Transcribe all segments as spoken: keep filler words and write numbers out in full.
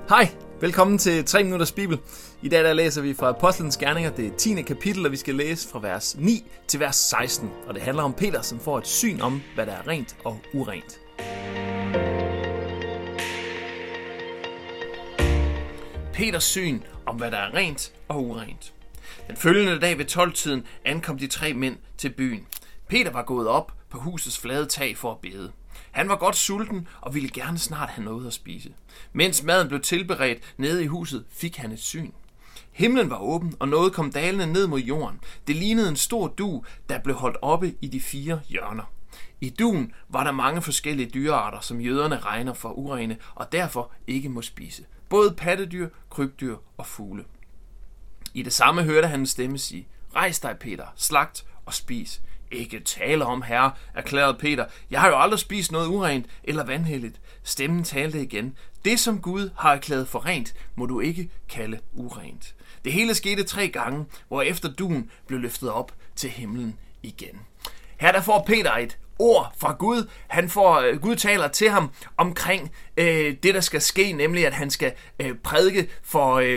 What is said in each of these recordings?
Hej, velkommen til tre minutters Bibel. I dag der læser vi fra Apostlenes Gerninger, det er tiende kapitel, og vi skal læse fra vers ni til vers seksten. Og det handler om Peter, som får et syn om, hvad der er rent og urent. Peters syn om, hvad der er rent og urent. Den følgende dag ved tolv-tiden ankom de tre mænd til byen. Peter var gået op på husets flade tag for at bede. Han var godt sulten og ville gerne snart have noget at spise. Mens maden blev tilberedt nede i huset, fik han et syn. Himlen var åben, og noget kom dalende ned mod jorden. Det lignede en stor dug, der blev holdt oppe i de fire hjørner. I dugen var der mange forskellige dyrearter, som jøderne regner for urene, og derfor ikke må spise. Både pattedyr, krybdyr og fugle. I det samme hørte han en stemme sige: "Rejs dig, Peter, slagt og spis." "Ikke tale om, herre," erklærede Peter. "Jeg har jo aldrig spist noget urent eller vanhelligt." Stemmen talte igen: "Det, som Gud har erklæret for rent, må du ikke kalde urent." Det hele skete tre gange, hvorefter dugen blev løftet op til himlen igen. Her der får Peter et ord fra Gud. Han får, Gud taler til ham omkring øh, det, der skal ske, nemlig at han skal øh, prædike for... Øh,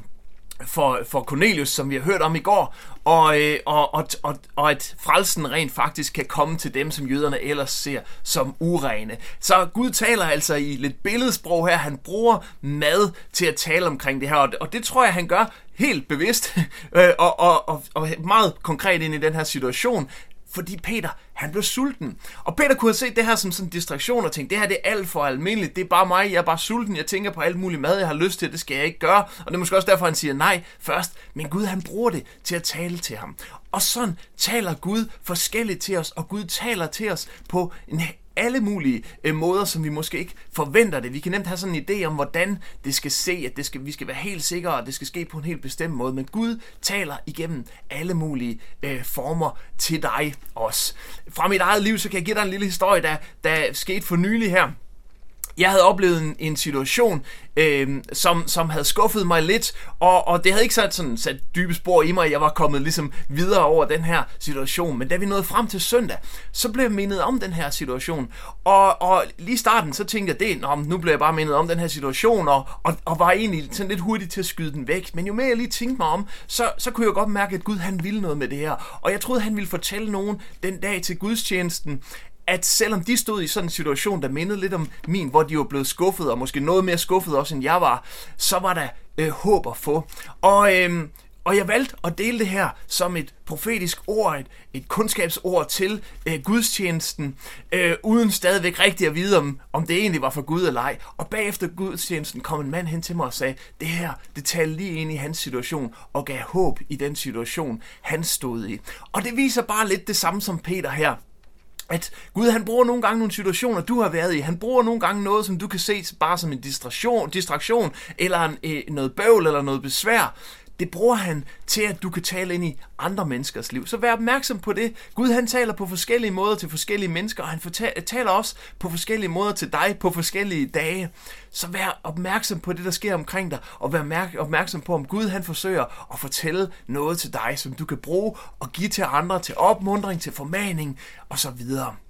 For, for Cornelius, som vi har hørt om i går, og, og, og, og, og at frelsen rent faktisk kan komme til dem, som jøderne ellers ser som urene. Så Gud taler altså i lidt billedsprog her. Han bruger mad til at tale omkring det her, og det, og det tror jeg, han gør helt bevidst og, og, og, og meget konkret ind i den her situation. Fordi Peter, han blev sulten. Og Peter kunne have set det her som sådan en distraktion og tænkt, det her det er alt for almindeligt, det er bare mig, jeg er bare sulten, jeg tænker på alt muligt mad, jeg har lyst til, det skal jeg ikke gøre. Og det er måske også derfor, han siger nej først. Men Gud, han bruger det til at tale til ham. Og sådan taler Gud forskelligt til os, og Gud taler til os på en alle mulige øh, måder, som vi måske ikke forventer det. Vi kan nemt have sådan en idé om, hvordan det skal se, at det skal, vi skal være helt sikre, at det skal ske på en helt bestemt måde. Men Gud taler igennem alle mulige øh, former til dig også. Fra mit eget liv, så kan jeg give dig en lille historie, der, der skete for nylig her. Jeg havde oplevet en, en situation, øh, som, som havde skuffet mig lidt, og, og det havde ikke sat, sådan, sat dybe spor i mig, jeg var kommet ligesom videre over den her situation. Men da vi nåede frem til søndag, så blev jeg mindet om den her situation. Og, og lige i starten, så tænkte jeg, det, Nå, nu blev jeg bare mindet om den her situation, og, og, og var egentlig sådan lidt hurtig til at skyde den væk. Men jo mere jeg lige tænkte mig om, så, så kunne jeg godt mærke, at Gud han ville noget med det her. Og jeg troede, han ville fortælle nogen den dag til gudstjenesten, at selvom de stod i sådan en situation, der mindede lidt om min, hvor de var blevet skuffet, og måske noget mere skuffet også, end jeg var, så var der øh, håb at få. Og, øh, og jeg valgte at dele det her som et profetisk ord, et, et kundskabsord til øh, gudstjenesten, øh, uden stadigvæk rigtig at vide, om, om det egentlig var for Gud eller ej. Og bagefter gudstjenesten kom en mand hen til mig og sagde, det her, det talte lige ind i hans situation, og gav håb i den situation, han stod i. Og det viser bare lidt det samme som Peter her. At Gud, han bruger nogle gange nogle situationer, du har været i. Han bruger nogle gange noget, som du kan se bare som en distraktion, distraktion eller en, øh, noget bøvl eller noget besvær. Det bruger han til, at du kan tale ind i andre menneskers liv. Så vær opmærksom på det. Gud, han taler på forskellige måder til forskellige mennesker, og han taler også på forskellige måder til dig på forskellige dage. Så vær opmærksom på det, der sker omkring dig, og vær opmærksom på, om Gud, han forsøger at fortælle noget til dig, som du kan bruge og give til andre, til opmuntring, til formaning osv.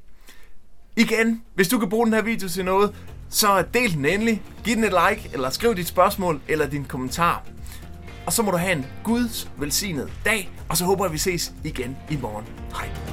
Igen, hvis du kan bruge den her video til noget, så del den endelig, giv den et like, eller skriv dit spørgsmål eller din kommentar. Og så må du have en Guds velsignet dag, og så håber jeg, vi ses igen i morgen. Hej.